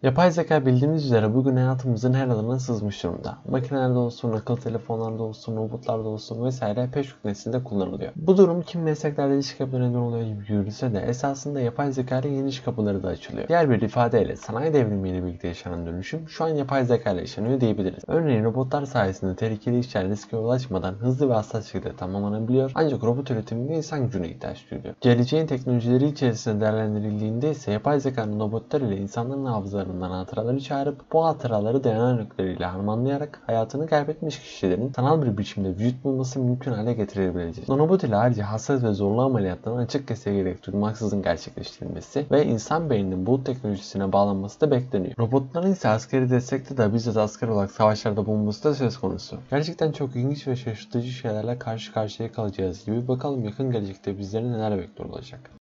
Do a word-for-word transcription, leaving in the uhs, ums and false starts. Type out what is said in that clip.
Yapay zeka bildiğimiz üzere bugün hayatımızın her alanına sızmış durumda. Makinelerde olsun, akıllı telefonlarda olsun, robotlarda olsun vesaire pek çok nesilde kullanılıyor. Bu durum kim mesleklerde iş kapıları neden oluyor gibi görülse de esasında yapay zeka ile yeni iş kapıları da açılıyor. Diğer bir ifadeyle sanayi devrimiyle birlikte yaşanan dönüşüm şu an yapay zeka ile yaşanıyor diyebiliriz. Örneğin robotlar sayesinde tehlikeli işler riske ulaşmadan hızlı ve hassas şekilde tamamlanabiliyor, ancak robot üretiminde insan gücüne ihtiyaç duyuluyor. Geleceğin teknolojileri içerisinde değerlendirildiğinde ise yapay zekanın robotlar ile insanların hafızalarından hatıraları çağırıp bu hatıraları D N A örnekleriyle harmanlayarak hayatını kaybetmiş kişilerin sanal bir biçimde vücut bulması mümkün hale getirebileceğiz. Nanobot ile ayrıca hassas ve zorlu ameliyatların açık keseye gerek duymaksızın gerçekleştirilmesi ve insan beyninin bulut teknolojisine bağlanması da bekleniyor. Robotların ise askeri destekte de bizzat asker olarak savaşlarda bulunması da söz konusu. Gerçekten çok ilginç ve şaşırtıcı şeylerle karşı karşıya kalacağız gibi, bakalım yakın gelecekte bizleri neler bekliyor olacak.